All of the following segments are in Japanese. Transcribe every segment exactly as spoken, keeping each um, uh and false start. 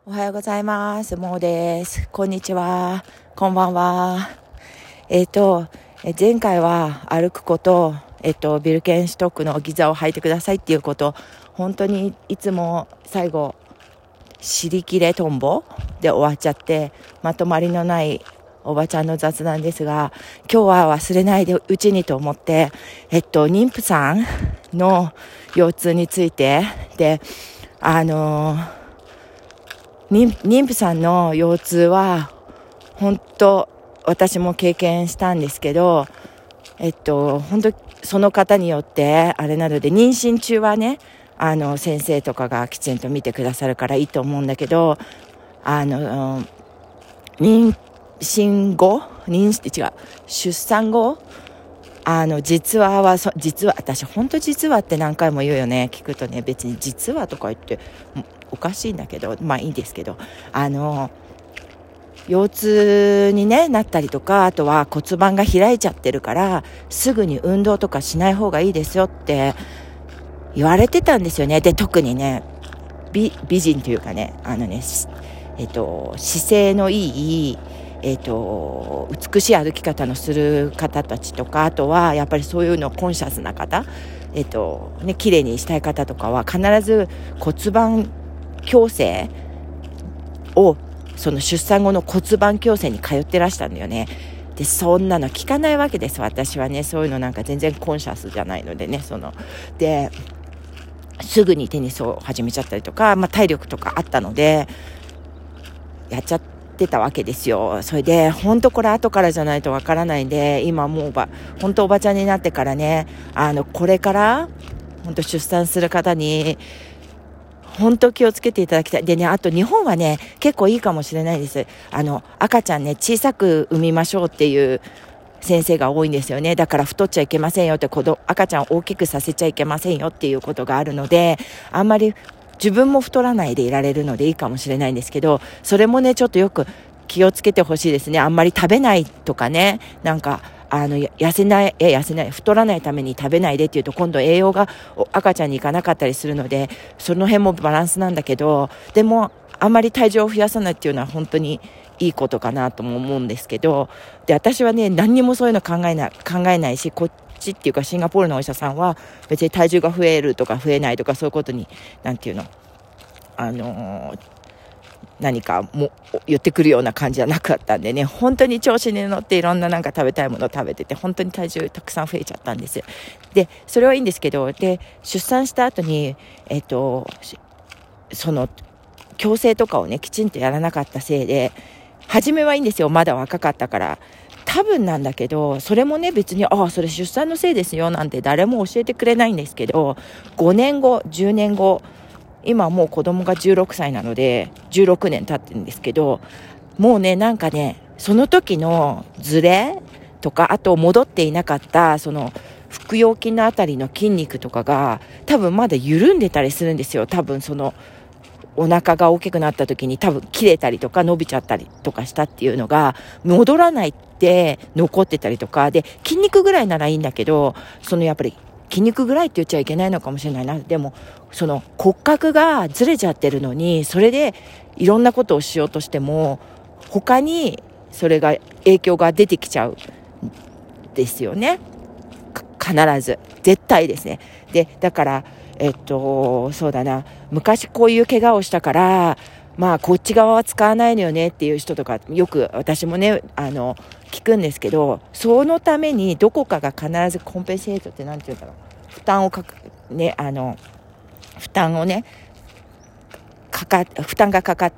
おはようございます。もうです。こんにちは。こんばんは。えっ、と、前回は歩くこと、えっ、と、ビルケンシュトックのギザを履いてくださいっていうこと、本当にいつも最後、尻切れトンボで終わっちゃって、まとまりのないおばちゃんの雑談ですが、今日は忘れないでうちにと思って、えっと、妊婦さんの腰痛について、で、あのー、妊, 妊婦さんの腰痛は本当私も経験したんですけど、えっと本当その方によってあれなので、妊娠中はね、あの先生とかがきちんと見てくださるからいいと思うんだけど、あの妊娠後妊違う出産後あの実話はそ実は私本当実話って何回も言うよね。聞くとね、別に実話とか言っておかしいんだけど、まあいいんですけど、あの腰痛に、ね、なったりとか、あとは骨盤が開いちゃってるからすぐに運動とかしない方がいいですよって言われてたんですよね。で、特にね 美, 美人というかね、あのね、えっと、姿勢のいいえー、と美しい歩き方のする方たちとか、あとはやっぱりそういうのコンシャスな方、えーとね、綺麗にしたい方とかは必ず骨盤矯正を、その出産後の骨盤矯正に通ってらしたんだよね。で、そんなの聞かないわけです。私はね、そういうのなんか全然コンシャスじゃないのでね、そのですぐにテニスを始めちゃったりとか、まあ、体力とかあったのでやっちゃってってたわけですよ。それで本当これ後からじゃないとわからないんで、今もうば本当おばちゃんになってからね、あのこれから本当出産する方に本当気をつけていただきたい。でね、あと日本はね結構いいかもしれないです。あの赤ちゃんね小さく産みましょうっていう先生が多いんですよね。だから太っちゃいけませんよって、赤ちゃんを大きくさせちゃいけませんよっていうことがあるので、あんまり自分も太らないでいられるのでいいかもしれないんですけど、それもねちょっとよく気をつけてほしいですね。あんまり食べないとかね、なんかあの痩せないえ痩せない太らないために食べないでっていうと、今度栄養が赤ちゃんにいかなかったりするので、その辺もバランスなんだけど、でもあんまり体重を増やさないっていうのは本当にいいことかなとも思うんですけど、で私はね何にもそういうの考えない考えないし、こっちっていうかシンガポールのお医者さんは別に体重が増えるとか増えないとかそういうことになんていうのあのー、何かも言ってくるような感じじゃなかったんでね、本当に調子に乗っていろんななんか食べたいものを食べてて、本当に体重たくさん増えちゃったんです。でそれはいいんですけど、で出産した後にえっとその矯正とかをねきちんとやらなかったせいで、初めはいいんですよ、まだ若かったから。多分なんだけど、それもね別にああそれ出産のせいですよなんて誰も教えてくれないんですけど、ごねんごじゅうねんご、今もう子供がじゅうろくさいなのでじゅうろくねん経ってるんですけど、もうねなんかねその時のズレとか、あと戻っていなかったその腹横筋のあたりの筋肉とかが多分まだ緩んでたりするんですよ。多分そのお腹が大きくなった時に多分切れたりとか伸びちゃったりとかしたっていうのが戻らないって残ってたりとかで、筋肉ぐらいならいいんだけど、そのやっぱり筋肉ぐらいって言っちゃいけないのかもしれないな。でもその骨格がずれちゃってるのに、それでいろんなことをしようとしても他にそれが影響が出てきちゃうですよね。必ず絶対ですね。でだからえっとそうだな、昔こういう怪我をしたからまあこっち側は使わないのよねっていう人とかよく私もねあの聞くんですけど、そのためにどこかが必ずコンペンセートってなんていうんだろう、負担をかくねあの負担をねかか負担がかかって、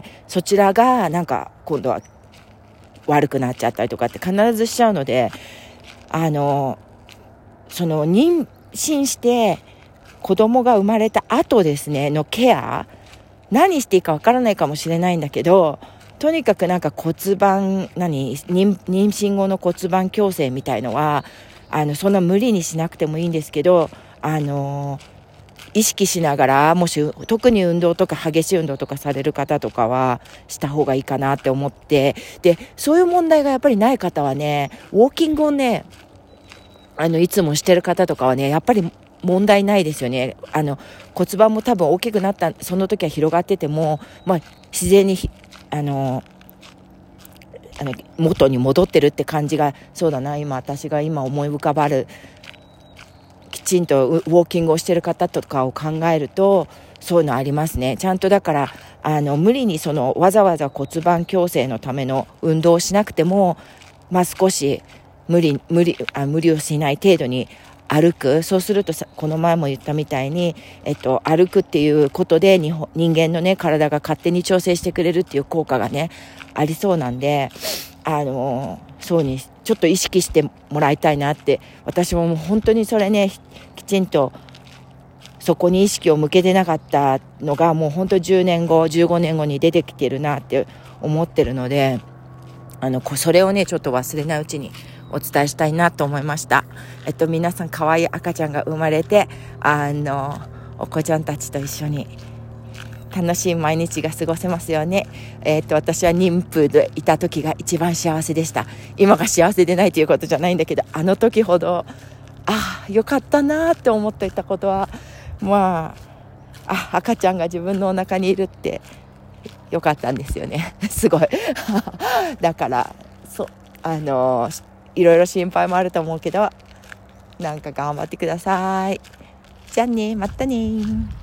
そちらがなんか今度は悪くなっちゃったりとかって必ずしちゃうので、あのその妊娠して子供が生まれた後ですねのケア、何していいかわからないかもしれないんだけど、とにかくなんか骨盤何 妊, 妊娠後の骨盤矯正みたいのはあのそんな無理にしなくてもいいんですけど、あの意識しながら、もし特に運動とか激しい運動とかされる方とかはした方がいいかなって思って、でそういう問題がやっぱりない方はね、ウォーキングをねあのいつもしてる方とかはね、やっぱり問題ないですよね。あの骨盤も多分大きくなったその時は広がってても、まあ、自然にあのあの元に戻ってるって感じが、そうだな、今私が今思い浮かばる、きちんとウォーキングをしてる方とかを考えるとそういうのありますね。ちゃんとだからあの無理にそのわざわざ骨盤矯正のための運動をしなくても、まあ、少し無理無理あ無理をしない程度に歩く。そうするとさ、この前も言ったみたいに、えっと、歩くっていうことで日本人間のね体が勝手に調整してくれるっていう効果がねありそうなんで、あのそうにちょっと意識してもらいたいなって。私ももう本当にそれねきちんとそこに意識を向けてなかったのがもう本当じゅうねんごじゅうごねんごに出てきてるなって思ってるので、あのそれをねちょっと忘れないうちにお伝えしたいなと思いました。えっと皆さん可愛い赤ちゃんが生まれて、あのお子ちゃんたちと一緒に楽しい毎日が過ごせますよね。えっと私は妊婦でいた時が一番幸せでした。今が幸せでないということじゃないんだけど、あの時ほどあよかったなって思っていたことは、まああ赤ちゃんが自分のお腹にいるってよかったんですよね。すごいだからそうあのいろいろ心配もあると思うけど、なんか頑張ってください。じゃあね、またね。